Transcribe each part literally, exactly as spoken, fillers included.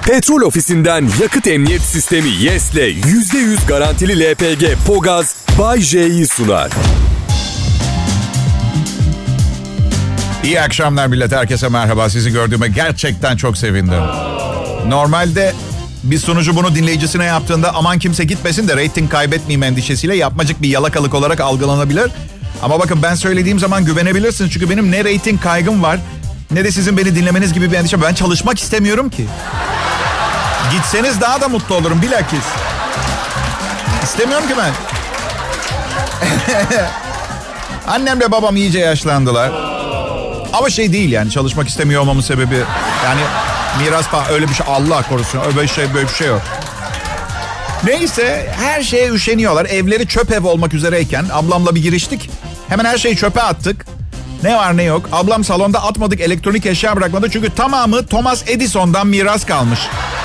Petrol Ofisi'nden yakıt emniyet sistemi Yes'le yüzde yüz garantili L P G Pogaz Bay J'yi sunar. İyi akşamlar millet, herkese merhaba. Sizi gördüğüme gerçekten çok sevindim. Normalde bir sunucu bunu dinleyicisine yaptığında aman kimse gitmesin de reyting kaybetmeyeyim endişesiyle yapmacık bir yalakalık olarak algılanabilir. Ama bakın, ben söylediğim zaman güvenebilirsiniz. Çünkü benim ne reyting kaygım var ne de sizin beni dinlemeniz gibi bir endişe. Ben çalışmak istemiyorum ki. Gitseniz daha da mutlu olurum bilakis. İstemiyorum ki ben. Annemle babam iyice yaşlandılar. Ama şey değil yani, çalışmak istemiyor olmamın sebebi yani miras falan öyle bir şey, Allah korusun, öyle bir şey, böyle bir şey yok. Neyse, her şeye üşeniyorlar. Evleri çöp ev olmak üzereyken ablamla bir giriştik. Hemen her şeyi çöpe attık. Ne var ne yok. Ablam salonda atmadık elektronik eşya bırakmadı. Çünkü tamamı Thomas Edison'dan miras kalmış.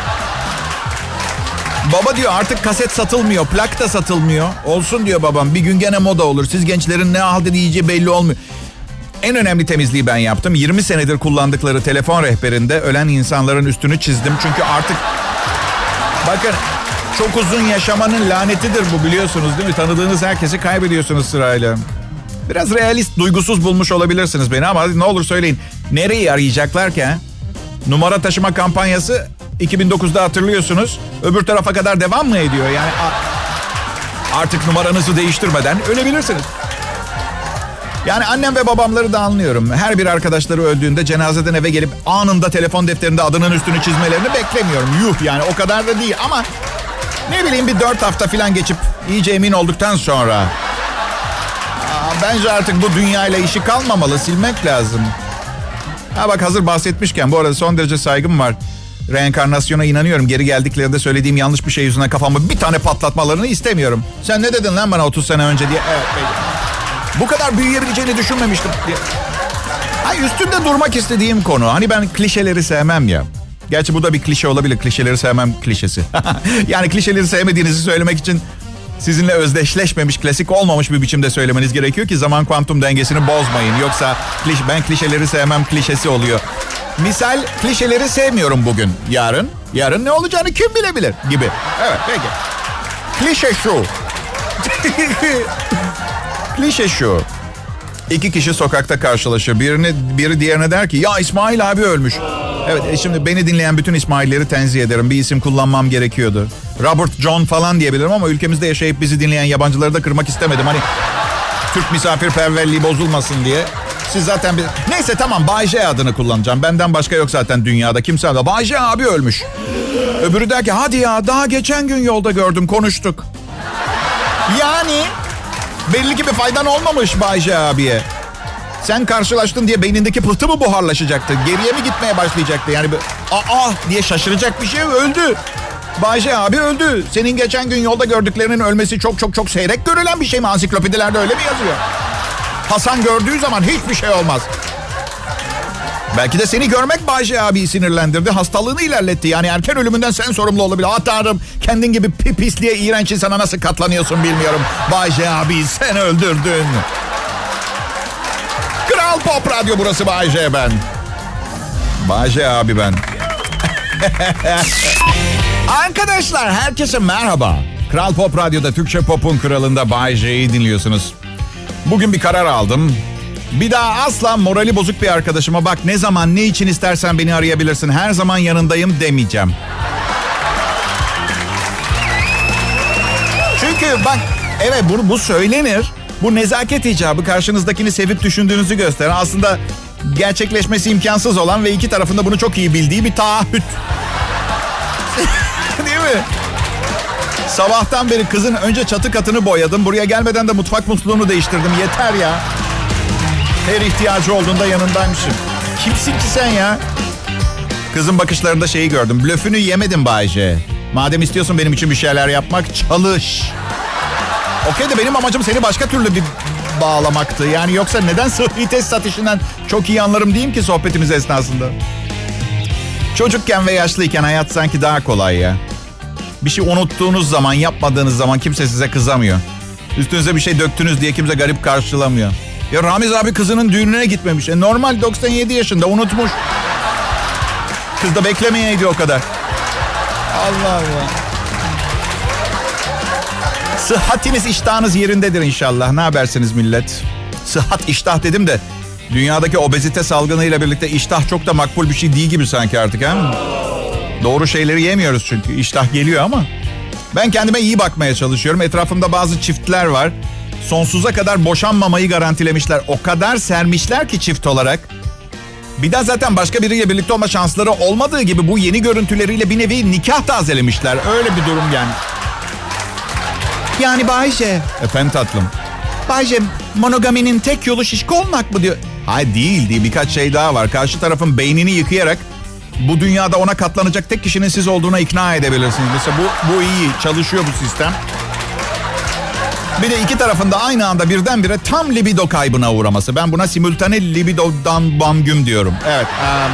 Baba diyor artık kaset satılmıyor, plak da satılmıyor. Olsun diyor babam, bir gün gene moda olur. Siz gençlerin ne halde diyeceği belli olmuyor. En önemli temizliği ben yaptım. yirmi senedir kullandıkları telefon rehberinde ölen insanların üstünü çizdim. Çünkü artık bakın, çok uzun yaşamanın lanetidir bu, biliyorsunuz değil mi? Tanıdığınız herkesi kaybediyorsunuz sırayla. Biraz realist, duygusuz bulmuş olabilirsiniz beni ama ne olur söyleyin. Nereyi arayacaklarken? Numara taşıma kampanyası iki bin dokuzda hatırlıyorsunuz. Öbür tarafa kadar devam mı ediyor? Yani artık numaranızı değiştirmeden ölebilirsiniz. Yani annem ve babamları da anlıyorum. Her bir arkadaşları öldüğünde cenazeden eve gelip anında telefon defterinde adının üstünü çizmelerini beklemiyorum. Yuh yani, o kadar da değil ama ne bileyim, bir dört hafta falan geçip iyice emin olduktan sonra aa, bence artık bu dünyayla işi kalmamalı, silmek lazım. Ha bak, hazır bahsetmişken, bu arada son derece saygım var. Reenkarnasyona inanıyorum. Geri geldiklerinde söylediğim yanlış bir şey yüzünden kafamı bir tane patlatmalarını istemiyorum. Sen ne dedin lan bana otuz sene önce diye. Evet, peki. Bu kadar büyüyebileceğini düşünmemiştim diye. Hayır, üstünde durmak istediğim konu. Hani ben klişeleri sevmem ya. Gerçi bu da bir klişe olabilir. Klişeleri sevmem klişesi. Yani klişeleri sevmediğinizi söylemek için sizinle özdeşleşmemiş, klasik olmamış bir biçimde söylemeniz gerekiyor ki zaman kuantum dengesini bozmayın. Yoksa kliş, ben klişeleri sevmem klişesi oluyor. Misal, klişeleri sevmiyorum bugün. Yarın, yarın ne olacağını kim bilebilir gibi. Evet, peki. Klişe şu. Klişe şu. İki kişi sokakta karşılaşır. Birini, biri diğerine der ki ya İsmail abi ölmüş. Evet, e şimdi beni dinleyen bütün İsmail'leri tenzih ederim. Bir isim kullanmam gerekiyordu. Robert John falan diyebilirim ama ülkemizde yaşayıp bizi dinleyen yabancıları da kırmak istemedim. Hani Türk misafirperverliği bozulmasın diye. Siz zaten bir... Neyse tamam, Bay J adını kullanacağım. Benden başka yok zaten dünyada. Kimse de Bay J abi ölmüş. Öbürü der ki hadi ya, daha geçen gün yolda gördüm, konuştuk. Yani belli ki bir faydan olmamış Bay J abiye. Sen karşılaştın diye beynindeki pıhtı mı buharlaşacaktı? Geriye mi gitmeye başlayacaktı? Yani bir aa diye şaşıracak bir şey, öldü. Bay J abi öldü. Senin geçen gün yolda gördüklerinin ölmesi çok çok çok seyrek görülen bir şey mi? Ansiklopedilerde öyle mi yazıyor? Hasan gördüğü zaman hiçbir şey olmaz. Belki de seni görmek Bay J abiyi sinirlendirdi. Hastalığını ilerletti. Yani erken ölümünden sen sorumlu olabilir. Ah Tanrım, kendin gibi pisliğe, iğrenç insana nasıl katlanıyorsun bilmiyorum. Bay J abiyi sen öldürdün. Kral Pop Radyo burası, Bay J ben. Bay J abi ben. Arkadaşlar herkese merhaba. Kral Pop Radyo'da Türkçe Pop'un kralında Bay J'yi dinliyorsunuz. Bugün bir karar aldım. Bir daha asla morali bozuk bir arkadaşıma bak ne zaman ne için istersen beni arayabilirsin, her zaman yanındayım demeyeceğim. Çünkü bak, evet bu, bu söylenir. Bu nezaket icabı, karşınızdakini sevip düşündüğünüzü gösteren, aslında gerçekleşmesi imkansız olan ve iki tarafında bunu çok iyi bildiği bir taahhüt. Değil mi? Sabahtan beri kızın önce çatı katını boyadım. Buraya gelmeden de mutfak musluğunu değiştirdim. Yeter ya. Her ihtiyacı olduğunda yanındaymışım. Kimsin ki sen ya? Kızın bakışlarında şeyi gördüm. Blöfünü yemedim Bay J. Madem istiyorsun benim için bir şeyler yapmak, çalış. Okey de benim amacım seni başka türlü bir bağlamaktı. Yani yoksa neden sıhhi test satışından çok iyi anlarım diyeyim ki sohbetimiz esnasında. Çocukken ve yaşlıyken hayat sanki daha kolay ya. Bir şey unuttuğunuz zaman, yapmadığınız zaman kimse size kızamıyor. Üstünüze bir şey döktünüz diye kimse garip karşılamıyor. Ya Ramiz abi kızının düğününe gitmemiş. E normal, doksan yedi yaşında, unutmuş. Kız da beklemeyeydi o kadar. Allah Allah. Sıhhatiniz, iştahınız yerindedir inşallah. Ne habersiniz millet? Sıhhat, iştah dedim de dünyadaki obezite salgınıyla birlikte iştah çok da makbul bir şey değil gibi sanki artık, ha? Doğru şeyleri yemiyoruz çünkü. İştah geliyor ama. Ben kendime iyi bakmaya çalışıyorum. Etrafımda bazı çiftler var. Sonsuza kadar boşanmamayı garantilemişler. O kadar sermişler ki çift olarak. Bir daha zaten başka biriyle birlikte olma şansları olmadığı gibi bu yeni görüntüleriyle bir nevi nikah tazelemişler. Öyle bir durum yani. Yani Bayce. Efendim tatlım. Bayce, monogaminin tek yolu şişko olmak mı diyor. Hayır, değil değil, birkaç şey daha var. Karşı tarafın beynini yıkayarak bu dünyada ona katlanacak tek kişinin siz olduğuna ikna edebilirsiniz. Mesela bu, bu iyi, çalışıyor bu sistem. Bir de iki tarafında aynı anda birdenbire tam libido kaybına uğraması. Ben buna simultane libidodan bamgüm diyorum. Evet. Um...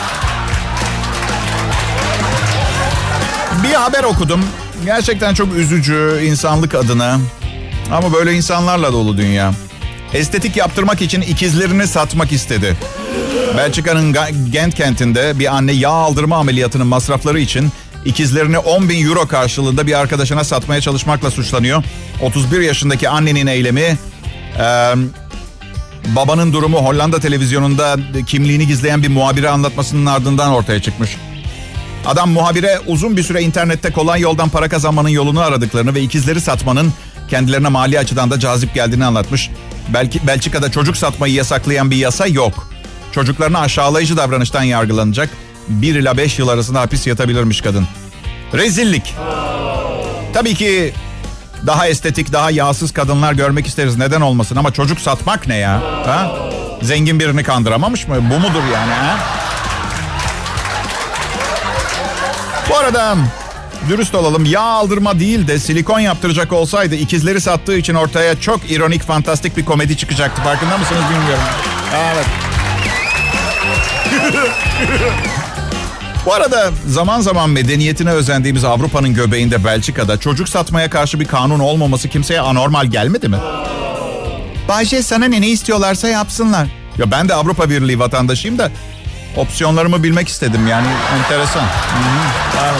Bir haber okudum. Gerçekten çok üzücü insanlık adına. Ama böyle insanlarla dolu dünya. Estetik yaptırmak için ikizlerini satmak istedi. Belçika'nın Gent kentinde bir anne yağ aldırma ameliyatının masrafları için ikizlerini on bin euro karşılığında bir arkadaşına satmaya çalışmakla suçlanıyor. otuz bir yaşındaki annenin eylemi, e, babanın durumu Hollanda televizyonunda kimliğini gizleyen bir muhabire anlatmasının ardından ortaya çıkmış. Adam muhabire uzun bir süre internette kolay yoldan para kazanmanın yolunu aradıklarını ve ikizleri satmanın kendilerine mali açıdan da cazip geldiğini anlatmış. Belki Belçika'da çocuk satmayı yasaklayan bir yasa yok. Çocuklarına aşağılayıcı davranıştan yargılanacak. bir ila beş yıl arasında hapis yatabilirmiş kadın. Rezillik. Tabii ki daha estetik, daha yağsız kadınlar görmek isteriz. Neden olmasın? Ama çocuk satmak ne ya? Ha? Zengin birini kandıramamış mı? Bu mudur yani? Ha? Bu arada dürüst olalım, yağ aldırma değil de silikon yaptıracak olsaydı ikizleri sattığı için ortaya çok ironik, fantastik bir komedi çıkacaktı. Farkında mısınız bilmiyorum. Evet. Bu arada zaman zaman medeniyetine özendiğimiz Avrupa'nın göbeğinde Belçika'da çocuk satmaya karşı bir kanun olmaması kimseye anormal gelmedi mi? Bayce, sana ne, ne istiyorlarsa yapsınlar. Ya ben de Avrupa Birliği vatandaşıyım da opsiyonlarımı bilmek istedim yani, enteresan. Hı-hı.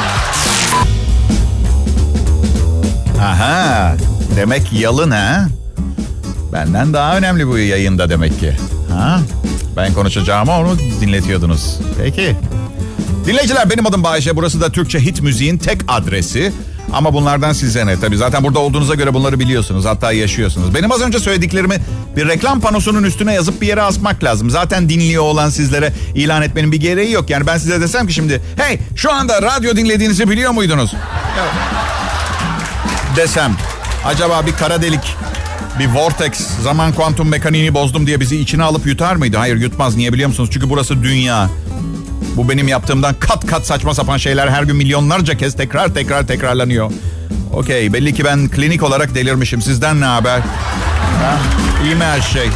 Aha, demek yalın ha? Benden daha önemli bu yayında demek ki. Ha? Ben konuşacağıma onu dinletiyordunuz. Peki. Dinleyiciler, benim adım Bayşe. Burası da Türkçe hit müziğin tek adresi. Ama bunlardan size ne? Tabii zaten burada olduğunuza göre bunları biliyorsunuz. Hatta yaşıyorsunuz. Benim az önce söylediklerimi bir reklam panosunun üstüne yazıp bir yere asmak lazım. Zaten dinliyor olan sizlere ilan etmenin bir gereği yok. Yani ben size desem ki şimdi, hey, şu anda radyo dinlediğinizi biliyor muydunuz? Evet. Desem, acaba bir kara delik, bir vortex, zaman kuantum mekaniğini bozdum diye bizi içine alıp yutar mıydı? Hayır, yutmaz. Niye biliyor musunuz? Çünkü burası dünya. Bu benim yaptığımdan kat kat saçma sapan şeyler her gün milyonlarca kez tekrar tekrar tekrarlanıyor. Okey, belli ki ben klinik olarak delirmişim. Sizden ne haber? Ha? İyi mi her şey?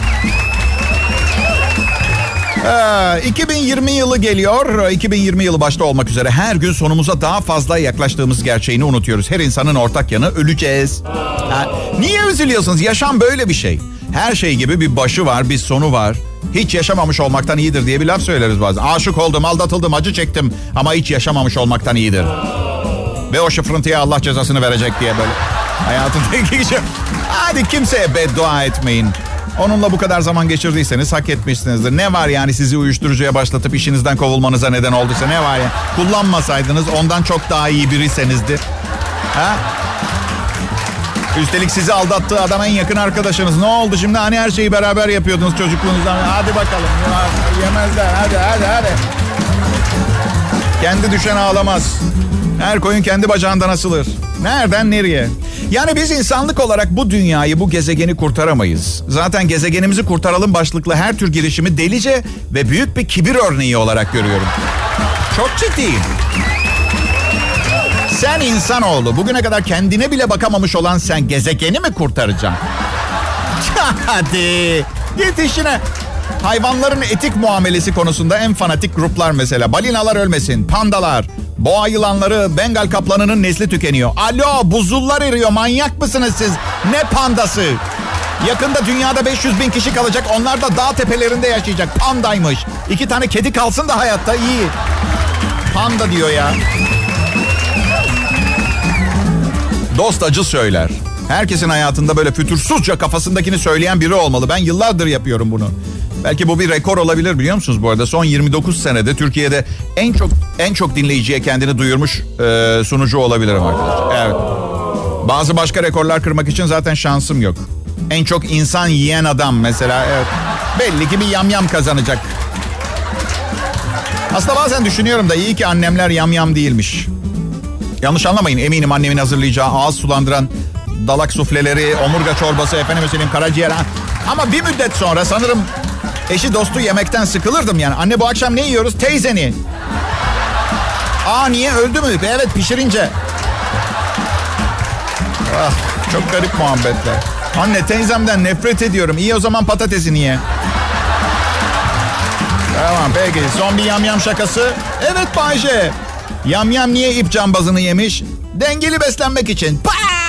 Ee, iki bin yirmi yılı geliyor. iki bin yirmi yılı başta olmak üzere her gün sonumuza daha fazla yaklaştığımız gerçeğini unutuyoruz. Her insanın ortak yanı, öleceğiz. Ha, niye üzülüyorsunuz? Yaşam böyle bir şey. Her şey gibi bir başı var, bir sonu var. Hiç yaşamamış olmaktan iyidir diye bir laf söyleriz bazen. Aşık oldum, aldatıldım, acı çektim ama hiç yaşamamış olmaktan iyidir. Ve o şıfrıntıya Allah cezasını verecek diye böyle. Hayatındaki şey. Hadi kimseye beddua etmeyin. Onunla bu kadar zaman geçirdiyseniz hak etmişsinizdir. Ne var yani sizi uyuşturucuya başlatıp işinizden kovulmanıza neden olduysa, ne var ya? Kullanmasaydınız ondan çok daha iyi birisenizdir. Ha? Üstelik sizi aldattığı adam en yakın arkadaşınız. Ne oldu şimdi? Hani her şeyi beraber yapıyordunuz çocukluğunuzdan. Hadi bakalım. Yemezler. Hadi hadi hadi. Kendi düşen ağlamaz. Her koyun kendi bacağından asılır. Nereden nereye? Yani biz insanlık olarak bu dünyayı, bu gezegeni kurtaramayız. Zaten gezegenimizi kurtaralım başlıklı her tür girişimi delice ve büyük bir kibir örneği olarak görüyorum. Çok ciddiyim. Sen insanoğlu, bugüne kadar kendine bile bakamamış olan sen gezegeni mi kurtaracaksın? Hadi git işine. Hayvanların etik muamelesi konusunda en fanatik gruplar mesela. Balinalar ölmesin, pandalar, boğa yılanları, Bengal kaplanının nesli tükeniyor. Alo, buzullar eriyor, manyak mısınız siz? Ne pandası? Yakında dünyada beş yüz bin kişi kalacak, onlar da dağ tepelerinde yaşayacak. Pandaymış. İki tane kedi kalsın da hayatta iyi. Panda diyor ya. Dost acı söyler. Herkesin hayatında böyle fütursuzca kafasındakini söyleyen biri olmalı. Ben yıllardır yapıyorum bunu. Belki bu bir rekor olabilir, biliyor musunuz bu arada? Son yirmi dokuz senede Türkiye'de en çok en çok dinleyiciye kendini duyurmuş e, sunucu olabilirim arkadaşlar. Evet. Bazı başka rekorlar kırmak için zaten şansım yok. En çok insan yiyen adam mesela. Evet. Belli ki bir yamyam kazanacak. Aslında bazen düşünüyorum da iyi ki annemler yamyam değilmiş. Yanlış anlamayın, eminim annemin hazırlayacağı ağız sulandıran dalak sufleleri, omurga çorbası, efendim söyleyeyim karaciğer. Ama bir müddet sonra sanırım eşi dostu yemekten sıkılırdım yani. Anne bu akşam ne yiyoruz? Teyzeni. Aa niye, öldü mü? Evet, pişirince. Ah, çok garip muhabbetler. Anne teyzemden nefret ediyorum. İyi o zaman patatesini ye. Tamam peki, son bir yamyam şakası. Evet Bayce. Yamyam niye ip cambazını yemiş? Dengeli beslenmek için.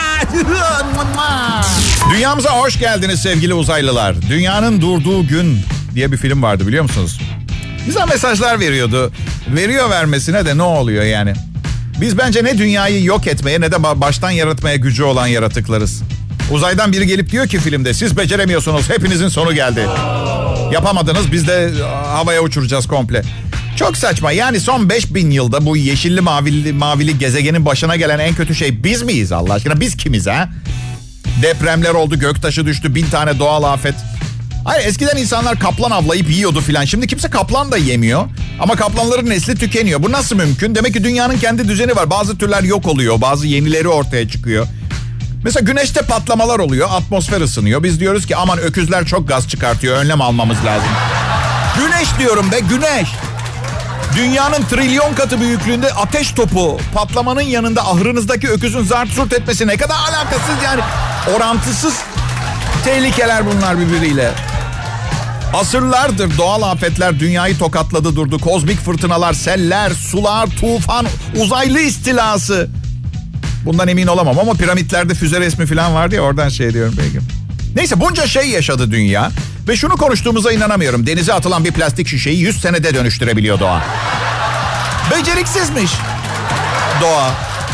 Dünyamıza hoş geldiniz sevgili uzaylılar. Dünyanın Durduğu Gün diye bir film vardı, biliyor musunuz? Güzel mesajlar veriyordu. Veriyor vermesine de ne oluyor yani? Biz bence ne dünyayı yok etmeye ne de baştan yaratmaya gücü olan yaratıklarız. Uzaydan biri gelip diyor ki filmde, siz beceremiyorsunuz, hepinizin sonu geldi. Yapamadınız, biz de havaya uçuracağız komple. Çok saçma. Yani son beş bin yılda bu yeşilli mavili, mavili gezegenin başına gelen en kötü şey biz miyiz Allah aşkına? Biz kimiz ha? Depremler oldu, göktaşı düştü, bin tane doğal afet. Hayır, eskiden insanlar kaplan avlayıp yiyordu filan. Şimdi kimse kaplan da yemiyor. Ama kaplanların nesli tükeniyor. Bu nasıl mümkün? Demek ki dünyanın kendi düzeni var. Bazı türler yok oluyor, bazı yenileri ortaya çıkıyor. Mesela güneşte patlamalar oluyor, atmosfer ısınıyor. Biz diyoruz ki aman öküzler çok gaz çıkartıyor, önlem almamız lazım. Güneş diyorum be, güneş. Dünyanın trilyon katı büyüklüğünde ateş topu patlamanın yanında ahırınızdaki öküzün zart zurt etmesi ne kadar alakasız yani. Orantısız tehlikeler bunlar birbiriyle. Asırlardır doğal afetler dünyayı tokatladı durdu. Kozmik fırtınalar, seller, sular, tufan, uzaylı istilası. Bundan emin olamam ama piramitlerde füze resmi falan vardı ya, oradan şey diyorum belki. Neyse, bunca şey yaşadı dünya ve şunu konuştuğumuza inanamıyorum. Denize atılan bir plastik şişeyi yüz senede dönüştürebiliyor doğa. Beceriksizmiş doğa.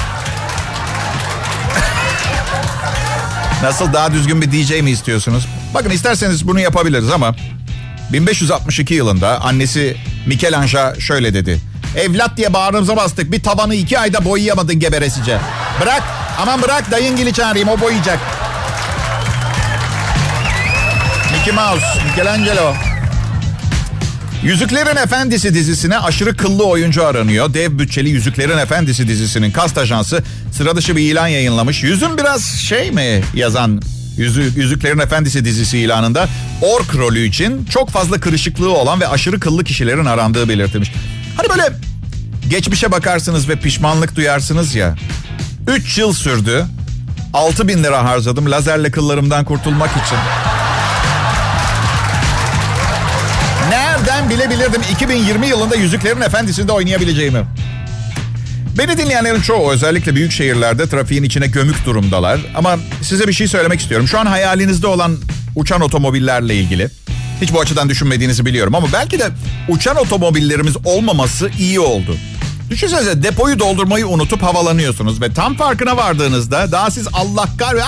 Nasıl, daha düzgün bir D J mi istiyorsunuz? Bakın, isterseniz bunu yapabiliriz ama bin beş yüz altmış iki yılında annesi Michelangelo şöyle dedi. Evlat diye bağrımıza bastık, bir tavanı iki ayda boyayamadın geberesice. Bırak, aman bırak, dayıngili çağırayım, o boyayacak. Mickey Mouse, Michelangelo. Yüzüklerin Efendisi dizisine aşırı kıllı oyuncu aranıyor. Dev bütçeli Yüzüklerin Efendisi dizisinin kast ajansı sıra dışı bir ilan yayınlamış. Yüzün biraz şey mi yazan Yüzü, Yüzüklerin Efendisi dizisi ilanında ork rolü için çok fazla kırışıklığı olan ve aşırı kıllı kişilerin arandığı belirtilmiş. Hani böyle geçmişe bakarsınız ve pişmanlık duyarsınız ya. Üç yıl sürdü. Altı bin lira harcadım lazerle kıllarımdan kurtulmak için. Nereden bilebilirdim iki bin yirmi yılında Yüzüklerin Efendisi'nde oynayabileceğimi? Beni dinleyenlerin çoğu özellikle büyük şehirlerde trafiğin içine gömük durumdalar. Ama size bir şey söylemek istiyorum. Şu an hayalinizde olan uçan otomobillerle ilgili. Hiç bu açıdan düşünmediğinizi biliyorum ama belki de uçan otomobillerimiz olmaması iyi oldu. Düşünsenize, depoyu doldurmayı unutup havalanıyorsunuz ve tam farkına vardığınızda daha siz Allah kar...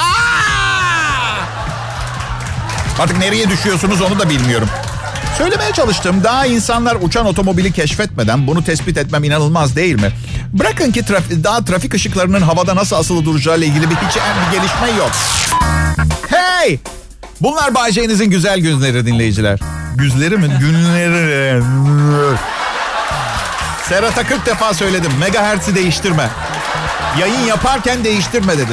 Artık nereye düşüyorsunuz onu da bilmiyorum. Söylemeye çalıştım, daha insanlar uçan otomobili keşfetmeden bunu tespit etmem inanılmaz değil mi? Bırakın ki traf- daha trafik ışıklarının havada nasıl asılı duracağıyla ilgili bir hiç bir gelişme yok. Hey! Bunlar Bay J'nizin güzel günleri dinleyiciler. Güzleri mi? Günleri. Serhat'a kırk defa söyledim. Megahertz'i değiştirme. Yayın yaparken değiştirme dedim.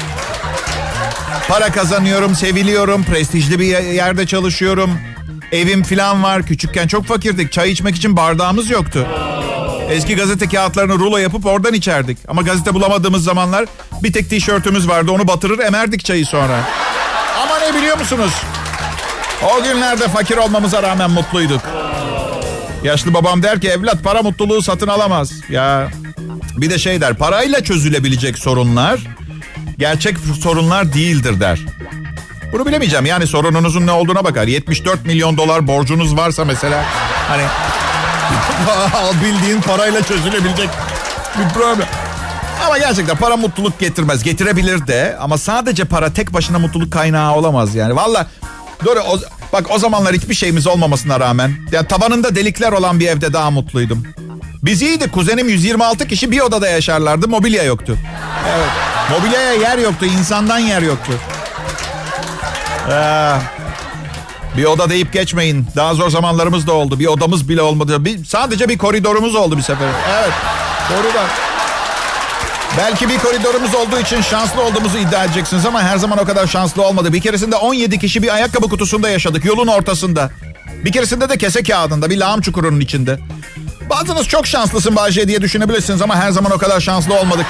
Para kazanıyorum, seviliyorum, prestijli bir yerde çalışıyorum. Evim falan var. Küçükken çok fakirdik. Çay içmek için bardağımız yoktu. Eski gazete kağıtlarını rulo yapıp oradan içerdik. Ama gazete bulamadığımız zamanlar bir tek tişörtümüz vardı. Onu batırır emerdik çayı sonra. Ama ne biliyor musunuz? O günlerde fakir olmamıza rağmen mutluyduk. Yaşlı babam der ki evlat, para mutluluğu satın alamaz. Ya bir de şey der, parayla çözülebilecek sorunlar gerçek sorunlar değildir der. Bunu bilemeyeceğim, yani sorununuzun ne olduğuna bakar. yetmiş dört milyon dolar borcunuz varsa mesela, hani bildiğin parayla çözülebilecek bir problem. Ama gerçekten para mutluluk getirmez. Getirebilir de ama sadece para tek başına mutluluk kaynağı olamaz yani. Valla doğru o, bak o zamanlar hiçbir şeyimiz olmamasına rağmen yani tavanında delikler olan bir evde daha mutluydum. Biz iyiydi. Kuzenim yüz yirmi altı kişi bir odada yaşarlardı. Mobilya yoktu. Evet. Mobilyaya yer yoktu. İnsandan yer yoktu. Ee, bir oda deyip geçmeyin. Daha zor zamanlarımız da oldu. Bir odamız bile olmadı. Bir, sadece bir koridorumuz oldu bir sefer. Evet. Koridor. Belki bir koridorumuz olduğu için şanslı olduğumuzu iddia edeceksiniz ama her zaman o kadar şanslı olmadı. Bir keresinde on yedi kişi bir ayakkabı kutusunda yaşadık. Yolun ortasında. Bir keresinde de kese kağıdında. Bir lağım çukurunun içinde. Bazınız çok şanslısın Bahçe diye düşünebilirsiniz ama her zaman o kadar şanslı olmadık.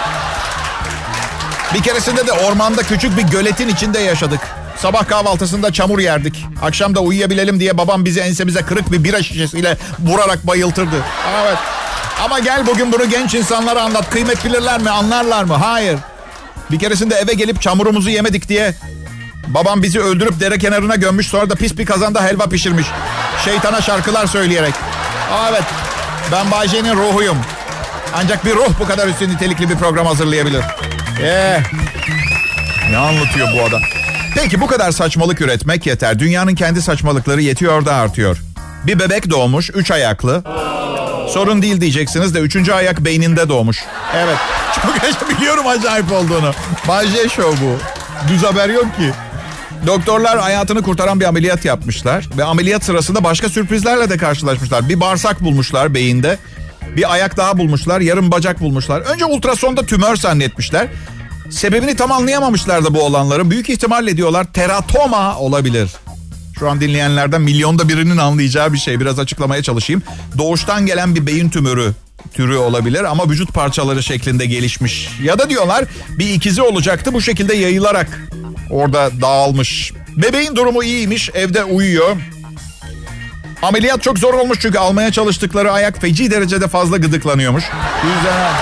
Bir keresinde de ormanda küçük bir göletin içinde yaşadık. Sabah kahvaltısında çamur yerdik. Akşam da uyuyabilelim diye babam bizi ensemize kırık bir bira şişesiyle vurarak bayıltırdı. Evet. Ama gel bugün bunu genç insanlara anlat. Kıymet bilirler mi, anlarlar mı? Hayır. Bir keresinde eve gelip çamurumuzu yemedik diye babam bizi öldürüp dere kenarına gömmüş. Sonra da pis bir kazanda helva pişirmiş. Şeytana şarkılar söyleyerek. Evet. Ben Bayce'nin ruhuyum. Ancak bir ruh bu kadar üstün nitelikli bir program hazırlayabilir. Ee, ne anlatıyor bu adam? Peki bu kadar saçmalık üretmek yeter. Dünyanın kendi saçmalıkları yetiyor da artıyor. Bir bebek doğmuş, üç ayaklı. Sorun değil diyeceksiniz de üçüncü ayak beyninde doğmuş. Evet. Çok biliyorum acayip olduğunu. Bayce Show bu. Düz haber yok ki. Doktorlar hayatını kurtaran bir ameliyat yapmışlar. Ve ameliyat sırasında başka sürprizlerle de karşılaşmışlar. Bir bağırsak bulmuşlar beyinde. Bir ayak daha bulmuşlar. Yarım bacak bulmuşlar. Önce ultrasonda tümör zannetmişler. Sebebini tam anlayamamışlar da bu olanların. Büyük ihtimalle diyorlar teratoma olabilir. Şu an dinleyenlerden milyonda birinin anlayacağı bir şey. Biraz açıklamaya çalışayım. Doğuştan gelen bir beyin tümörü türü olabilir ama vücut parçaları şeklinde gelişmiş. Ya da diyorlar bir ikizi olacaktı, bu şekilde yayılarak orada dağılmış. Bebeğin durumu iyiymiş, evde uyuyor. Ameliyat çok zor olmuş çünkü almaya çalıştıkları ayak feci derecede fazla gıdıklanıyormuş. Güzel.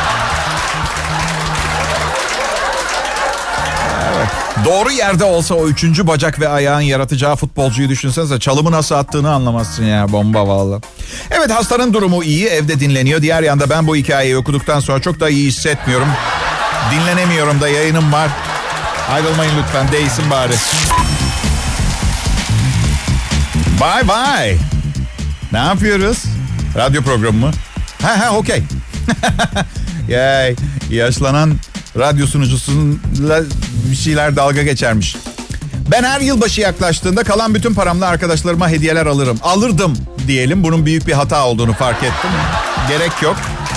Evet. Doğru yerde olsa o üçüncü bacak ve ayağın yaratacağı futbolcuyu düşünsenize. Çalımı nasıl attığını anlamazsın ya, bomba valla. Evet, hastanın durumu iyi, evde dinleniyor. Diğer yanda ben bu hikayeyi okuduktan sonra çok da iyi hissetmiyorum. Dinlenemiyorum da, yayınım var. Ayrılmayın lütfen, değilsin bari. Bye bye. Ne yapıyoruz? Radyo programı mı? Ha ha okey. Yay, yaşlanan radyo sunucusununla bir şeyler dalga geçermiş. Ben her yılbaşı yaklaştığında kalan bütün paramla arkadaşlarıma hediyeler alırım. Alırdım diyelim. Bunun büyük bir hata olduğunu fark ettim. Gerek yok.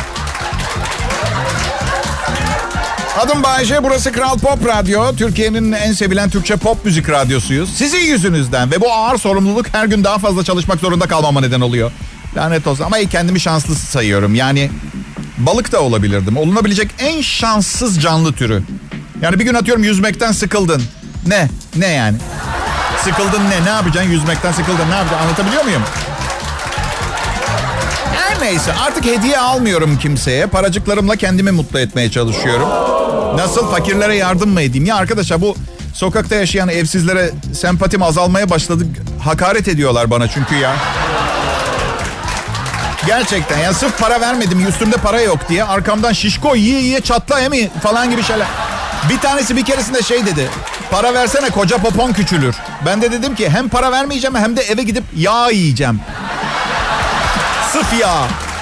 Adım Bayece, burası Kral Pop Radyo. Türkiye'nin en sevilen Türkçe pop müzik radyosuyuz. Sizin yüzünüzden ve bu ağır sorumluluk her gün daha fazla çalışmak zorunda kalmama neden oluyor. Lanet olsun ama kendimi şanslı sayıyorum. Yani balık da olabilirdim. Olunabilecek en şanssız canlı türü. Yani bir gün atıyorum yüzmekten sıkıldın. Ne? Ne yani? Sıkıldın ne? Ne yapacaksın? Yüzmekten sıkıldın. Ne yapacaksın? Anlatabiliyor muyum? Her neyse, artık hediye almıyorum kimseye. Paracıklarımla kendimi mutlu etmeye çalışıyorum. Nasıl, fakirlere yardım mı edeyim? Ya arkadaşlar, bu sokakta yaşayan evsizlere sempatim azalmaya başladı. Hakaret ediyorlar bana çünkü ya. Gerçekten ya, sırf para vermedim, üstümde para yok diye arkamdan şişko yiye yiye çatla emi falan gibi şeyler. Bir tanesi bir keresinde şey dedi. Para versene, koca popon küçülür. Ben de dedim ki hem para vermeyeceğim hem de eve gidip yağ yiyeceğim. Sıf yağ.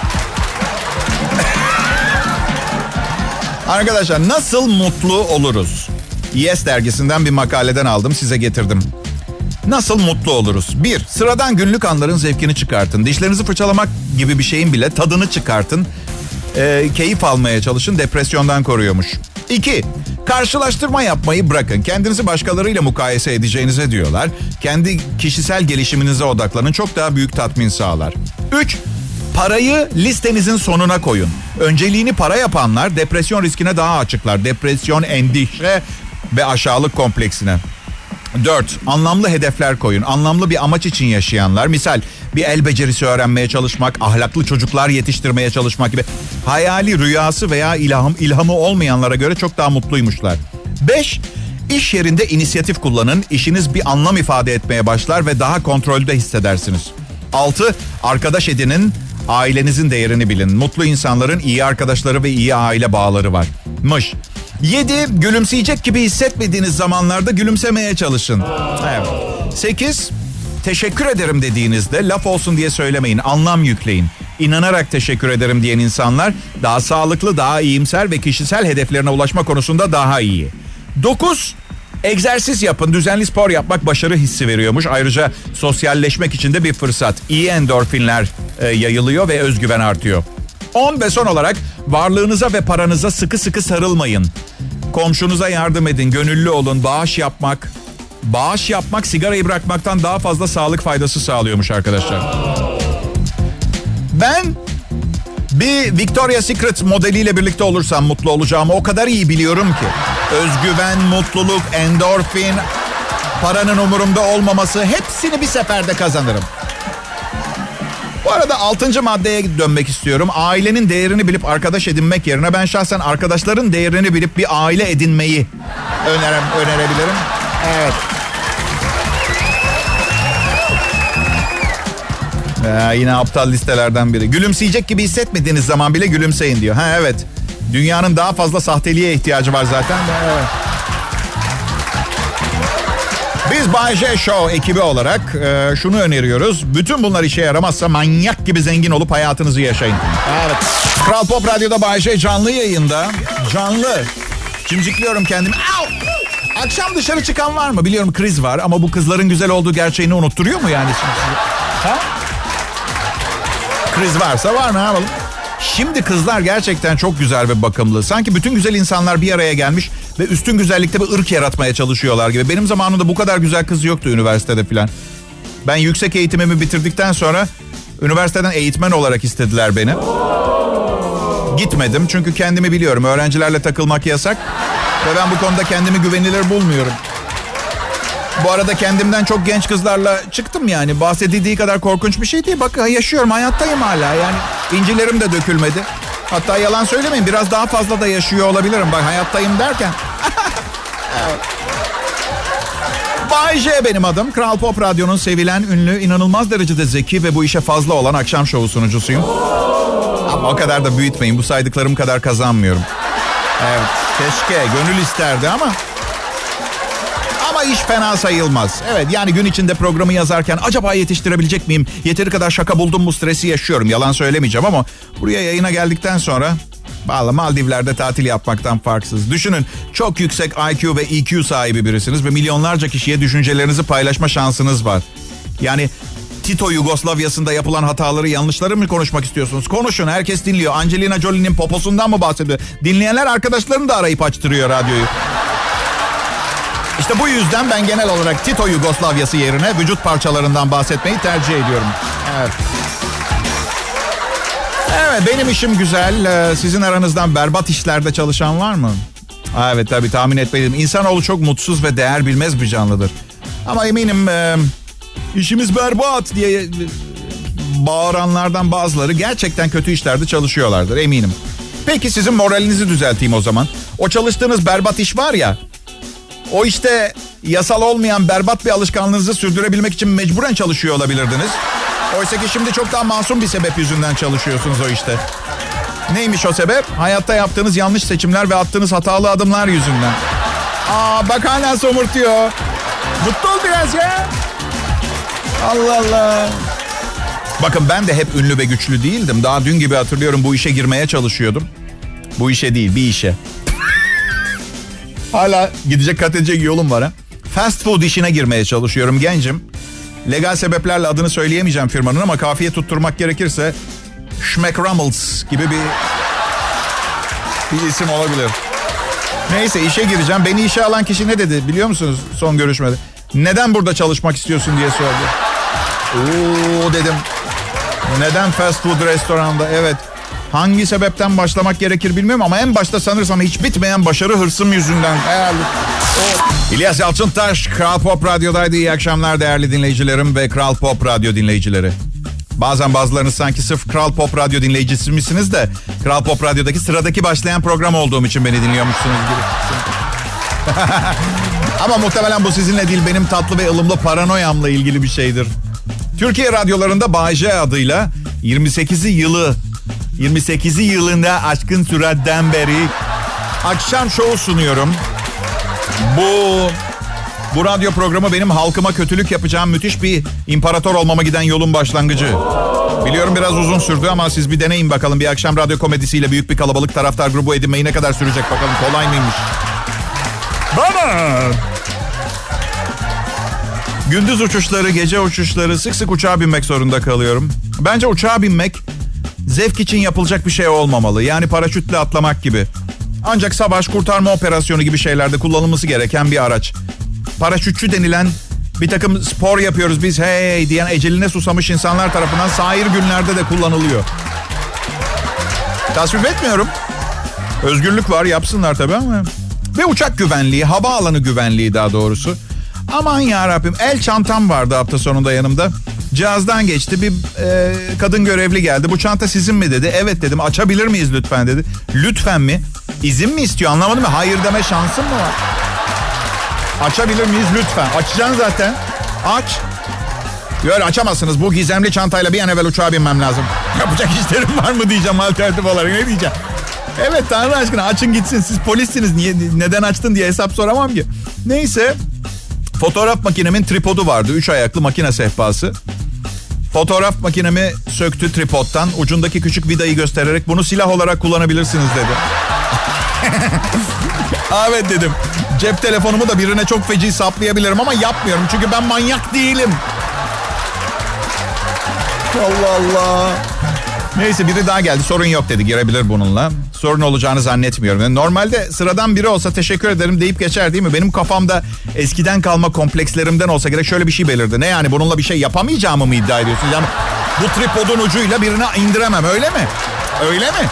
Arkadaşlar, nasıl mutlu oluruz? Yes dergisinden bir makaleden aldım, size getirdim. Nasıl mutlu oluruz? Bir, sıradan günlük anların zevkini çıkartın. Dişlerinizi fırçalamak gibi bir şeyin bile tadını çıkartın. E, keyif almaya çalışın, depresyondan koruyormuş. İki, karşılaştırma yapmayı bırakın. Kendinizi başkalarıyla mukayese edeceğinize diyorlar. Kendi kişisel gelişiminize odaklanın. Çok daha büyük tatmin sağlar. Üç, parayı listenizin sonuna koyun. Önceliğini para yapanlar depresyon riskine daha açıklar. Depresyon, endişe ve aşağılık kompleksine. Dört, anlamlı hedefler koyun. Anlamlı bir amaç için yaşayanlar, misal bir el becerisi öğrenmeye çalışmak, ahlaklı çocuklar yetiştirmeye çalışmak gibi hayali, rüyası veya ilham, ilhamı olmayanlara göre çok daha mutluymuşlar. Beş, iş yerinde inisiyatif kullanın. İşiniz bir anlam ifade etmeye başlar ve daha kontrolde hissedersiniz. Altı, arkadaş edinin. Ailenizin değerini bilin. Mutlu insanların iyi arkadaşları ve iyi aile bağları varmış. yedi. Gülümseyecek gibi hissetmediğiniz zamanlarda gülümsemeye çalışın. Evet. sekiz. Teşekkür ederim dediğinizde laf olsun diye söylemeyin. Anlam yükleyin. İnanarak teşekkür ederim diyen insanlar daha sağlıklı, daha iyimser ve kişisel hedeflerine ulaşma konusunda daha iyi. dokuz. Egzersiz yapın. Düzenli spor yapmak başarı hissi veriyormuş. Ayrıca sosyalleşmek için de bir fırsat. İyi endorfinler e, yayılıyor ve özgüven artıyor. on ve son olarak varlığınıza ve paranıza sıkı sıkı sarılmayın. Komşunuza yardım edin, gönüllü olun. Bağış yapmak, bağış yapmak sigarayı bırakmaktan daha fazla sağlık faydası sağlıyormuş arkadaşlar. Ben bir Victoria's Secret modeliyle birlikte olursam mutlu olacağımı o kadar iyi biliyorum ki. Özgüven, mutluluk, endorfin, paranın umurumda olmaması, hepsini bir seferde kazanırım. Bu arada altıncı maddeye dönmek istiyorum. Ailenin değerini bilip arkadaş edinmek yerine ben şahsen arkadaşların değerini bilip bir aile edinmeyi önerem, önerebilirim. Evet. Ee, yine aptal listelerden biri. Gülümseyecek gibi hissetmediğiniz zaman bile gülümseyin diyor. Ha evet. Dünyanın daha fazla sahteliğe ihtiyacı var zaten de. Evet. Biz Bay J Show ekibi olarak e, şunu öneriyoruz. Bütün bunlar işe yaramazsa manyak gibi zengin olup hayatınızı yaşayın. Evet. Kral Pop Radyo'da Bay J canlı yayında. Canlı. Cimcikliyorum kendimi. Au! Akşam dışarı çıkan var mı? Biliyorum kriz var ama bu kızların güzel olduğu gerçeğini unutturuyor mu yani? Ha? Kriz varsa var, ne yapalım? Şimdi kızlar gerçekten çok güzel ve bakımlı. Sanki bütün güzel insanlar bir araya gelmiş ve üstün güzellikte bir ırk yaratmaya çalışıyorlar gibi. Benim zamanımda bu kadar güzel kız yoktu üniversitede falan. Ben yüksek eğitimimi bitirdikten sonra üniversiteden eğitmen olarak istediler beni. Gitmedim çünkü kendimi biliyorum. Öğrencilerle takılmak yasak ve ben bu konuda kendimi güvenilir bulmuyorum. Bu arada kendimden çok genç kızlarla çıktım yani. Bahsedildiği kadar korkunç bir şey değil. Bak yaşıyorum, hayattayım hala. Yani incilerim de dökülmedi. Hatta yalan söylemeyin, biraz daha fazla da yaşıyor olabilirim. Bak hayattayım derken. Evet. Bay J benim adım. Kral Pop Radyo'nun sevilen, ünlü, inanılmaz derecede zeki ve bu işe fazla olan akşam şovu sunucusuyum. Ama o kadar da büyütmeyin. Bu saydıklarım kadar kazanmıyorum. Evet, keşke, gönül isterdi ama... Ama iş fena sayılmaz. Evet, yani gün içinde programı yazarken acaba yetiştirebilecek miyim? Yeteri kadar şaka buldum mu stresi yaşıyorum. Yalan söylemeyeceğim ama buraya yayına geldikten sonra vallahi Maldivler'de tatil yapmaktan farksız. Düşünün, çok yüksek I Q ve E Q sahibi birisiniz ve milyonlarca kişiye düşüncelerinizi paylaşma şansınız var. Yani Tito Yugoslavya'sında yapılan hataları, yanlışları mı konuşmak istiyorsunuz? Konuşun, herkes dinliyor. Angelina Jolie'nin poposundan mı bahsediyor? Dinleyenler arkadaşlarını da arayıp açtırıyor radyoyu. İşte bu yüzden ben genel olarak Tito Yugoslavya'sı yerine vücut parçalarından bahsetmeyi tercih ediyorum. Evet. Evet, benim işim güzel. Sizin aranızdan berbat işlerde çalışan var mı? Evet, tabii tahmin etmeliyim. İnsanoğlu çok mutsuz ve değer bilmez bir canlıdır. Ama eminim e, işimiz berbat diye bağıranlardan bazıları gerçekten kötü işlerde çalışıyorlardır, eminim. Peki sizin moralinizi düzelteyim o zaman. O çalıştığınız berbat iş var ya... O işte yasal olmayan berbat bir alışkanlığınızı sürdürebilmek için mecburen çalışıyor olabilirdiniz. Oysa ki şimdi çok daha masum bir sebep yüzünden çalışıyorsunuz o işte. Neymiş o sebep? Hayatta yaptığınız yanlış seçimler ve attığınız hatalı adımlar yüzünden. Aa bak hala somurtuyor. Mutlu ol biraz ya. Allah Allah. Bakın ben de hep ünlü ve güçlü değildim. Daha dün gibi hatırlıyorum, bu işe girmeye çalışıyordum. Bu işe değil, bir işe. Hala gidecek kat edecek yolum var ha. Fast food işine girmeye çalışıyorum, gencim. Legal sebeplerle adını söyleyemeyeceğim firmanın ama kafiye tutturmak gerekirse Schmeckrummels gibi bir, bir isim olabilir. Neyse, işe gireceğim. Beni işe alan kişi ne dedi biliyor musunuz son görüşmede? Neden burada çalışmak istiyorsun diye sordu. Oo dedim. Neden fast food restoranda? Evet. Hangi sebepten başlamak gerekir bilmiyorum ama en başta sanırsam hiç bitmeyen başarı hırsım yüzünden. Herhalde. Oh. İlyas Yalçıntaş, Kral Pop Radyo'daydı. İyi akşamlar değerli dinleyicilerim ve Kral Pop Radyo dinleyicileri. Bazen bazılarınız sanki sırf Kral Pop Radyo dinleyicisi misiniz de Kral Pop Radyo'daki sıradaki başlayan program olduğum için beni dinliyormuşsunuz gibi. Ama muhtemelen bu sizinle değil, benim tatlı ve ılımlı paranoyamla ilgili bir şeydir. Türkiye radyolarında Bay J adıyla yirmi sekizi yılı, yirmi sekizi yılında aşkın süreden beri akşam şovu sunuyorum. Bu bu radyo programı benim halkıma kötülük yapacağım müthiş bir imparator olmama giden yolun başlangıcı. Biliyorum biraz uzun sürdü ama siz bir deneyin bakalım. Bir akşam radyo komedisiyle büyük bir kalabalık taraftar grubu edinmeyi ne kadar sürecek bakalım. Kolay mıymış? Bana! Gündüz uçuşları, gece uçuşları, sık sık uçağa binmek zorunda kalıyorum. Bence uçağa binmek zevk için yapılacak bir şey olmamalı. Yani paraşütle atlamak gibi. Ancak savaş, kurtarma operasyonu gibi şeylerde kullanılması gereken bir araç. Paraşütçü denilen bir takım spor yapıyoruz biz hey diyen eceline susamış insanlar tarafından sair günlerde de kullanılıyor. Tasvip etmiyorum. Özgürlük var, yapsınlar tabii ama. Ve uçak güvenliği, havaalanı güvenliği daha doğrusu. Aman yarabbim, el çantam vardı hafta sonunda yanımda. Cihazdan geçti, bir e, kadın görevli geldi. Bu çanta sizin mi dedi. Evet dedim. Açabilir miyiz lütfen dedi. Lütfen mi? İzin mi istiyor, anlamadım mı? Hayır deme şansın mı var? Açabilir miyiz lütfen? Açacaksın zaten. Aç. Böyle açamazsınız. Bu gizemli çantayla bir an evvel uçağa binmem lazım. Yapacak işlerim var mı diyeceğim alternatif olarak. Ne diyeceğim? Evet Tanrı aşkına açın gitsin. Siz polissiniz. Niye, neden açtın diye hesap soramam ki. Neyse. Fotoğraf makinemin tripodu vardı. Üç ayaklı makine sehpası. Fotoğraf makinemi söktü tripodtan. Ucundaki küçük vidayı göstererek bunu silah olarak kullanabilirsiniz dedi. Evet dedim. Cep telefonumu da birine çok feci saplayabilirim ama yapmıyorum. Çünkü ben manyak değilim. Allah Allah. Neyse biri daha geldi. Sorun yok dedi. Girebilir bununla. Sorun olacağını zannetmiyorum. Yani normalde sıradan biri olsa teşekkür ederim deyip geçer değil mi? Benim kafamda eskiden kalma komplekslerimden olsa gerek şöyle bir şey belirdi. Ne yani bununla bir şey yapamayacağımı mı iddia ediyorsun? Yani bu tripodun ucuyla birine indiremem öyle mi? Öyle mi?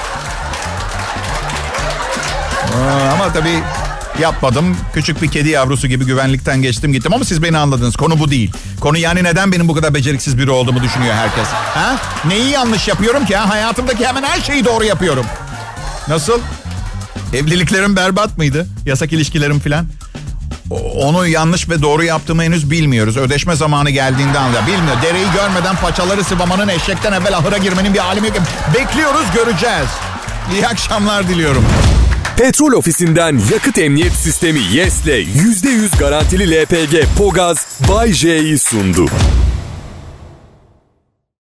Aa, ama tabii yapmadım. Küçük bir kedi yavrusu gibi güvenlikten geçtim gittim ama siz beni anladınız. Konu bu değil. Konu yani neden benim bu kadar beceriksiz biri olduğumu düşünüyor herkes. Ha? Neyi yanlış yapıyorum ki? Ha? Hayatımdaki hemen her şeyi doğru yapıyorum. Nasıl? Evliliklerim berbat mıydı? Yasak ilişkilerim filan. Onu yanlış ve doğru yaptığımı henüz bilmiyoruz. Ödeşme zamanı geldiğinde anlıyor. Bilmiyor. Dereyi görmeden paçaları sıvamanın eşekten evvel ahıra girmenin bir alemi yok. Bekliyoruz, göreceğiz. İyi akşamlar diliyorum. Petrol Ofisi'nden yakıt emniyet sistemi Yes'le yüzde yüz garantili L P G Pogaz Bay J'yi sundu.